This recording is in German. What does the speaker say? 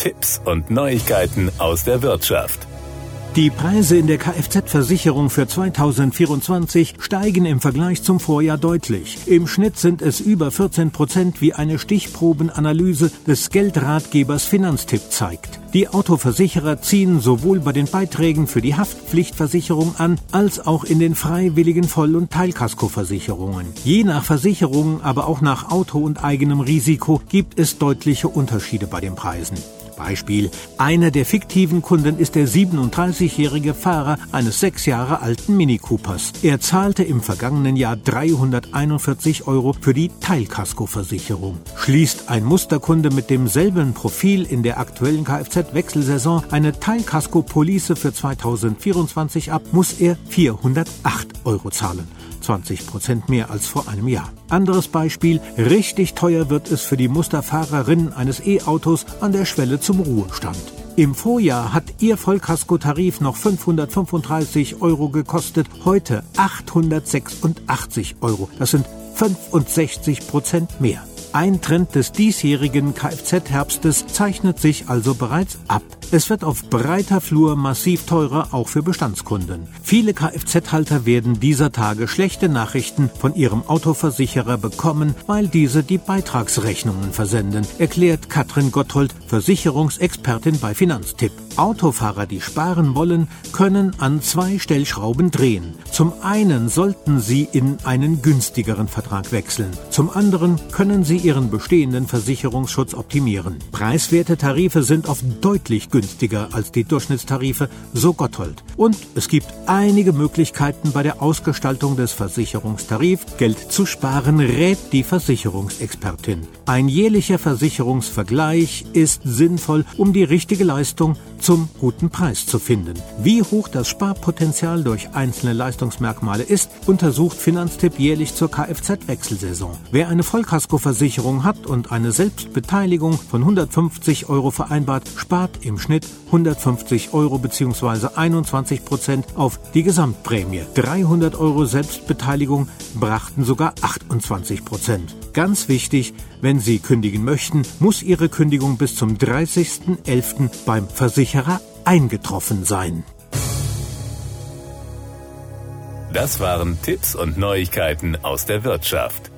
Tipps und Neuigkeiten aus der Wirtschaft. Die Preise in der Kfz-Versicherung für 2024 steigen im Vergleich zum Vorjahr deutlich. Im Schnitt sind es über 14%, wie eine Stichprobenanalyse des Geldratgebers Finanztipp zeigt. Die Autoversicherer ziehen sowohl bei den Beiträgen für die Haftpflichtversicherung an, als auch in den freiwilligen Voll- und Teilkaskoversicherungen. Je nach Versicherung, aber auch nach Auto und eigenem Risiko gibt es deutliche Unterschiede bei den Preisen. Beispiel: Einer der fiktiven Kunden ist der 37-jährige Fahrer eines 6 Jahre alten Mini Coopers. Er zahlte im vergangenen Jahr 341 € für die Teilkaskoversicherung. Schließt ein Musterkunde mit demselben Profil in der aktuellen Kfz-Wechselsaison eine Teilkasko-Police für 2024 ab, muss er 408 € zahlen. 20% mehr als vor einem Jahr. Anderes Beispiel: Richtig teuer wird es für die Musterfahrerin eines E-Autos an der Schwelle zum Ruhestand. Im Vorjahr hat ihr Vollkaskotarif noch 535 € gekostet, heute 886 €. Das sind 65% mehr. Ein Trend des diesjährigen Kfz-Herbstes zeichnet sich also bereits ab. Es wird auf breiter Flur massiv teurer, auch für Bestandskunden. Viele Kfz-Halter werden dieser Tage schlechte Nachrichten von ihrem Autoversicherer bekommen, weil diese die Beitragsrechnungen versenden, erklärt Katrin Gotthold, Versicherungsexpertin bei Finanztipp. Autofahrer, die sparen wollen, können an 2 Stellschrauben drehen. Zum einen sollten sie in einen günstigeren Vertrag wechseln. Zum anderen können sie ihren bestehenden Versicherungsschutz optimieren. Preiswerte Tarife sind oft deutlich günstiger als die Durchschnittstarife, so Gotthold. Und es gibt einige Möglichkeiten bei der Ausgestaltung des Versicherungstarifs. Geld zu sparen, rät die Versicherungsexpertin. Ein jährlicher Versicherungsvergleich ist sinnvoll, um die richtige Leistung zum guten Preis zu finden. Wie hoch das Sparpotenzial durch einzelne Leistungsmerkmale ist, untersucht Finanztipp jährlich zur Kfz-Wechselsaison. Wer eine Vollkaskoversicherung hat und eine Selbstbeteiligung von 150 € vereinbart, spart im Schnitt 150 € bzw. 21% auf die Gesamtprämie. 300 € Selbstbeteiligung brachten sogar 28%. Ganz wichtig: Wenn Sie kündigen möchten, muss Ihre Kündigung bis zum 30.11. beim Versicherer eingetroffen sein. Das waren Tipps und Neuigkeiten aus der Wirtschaft.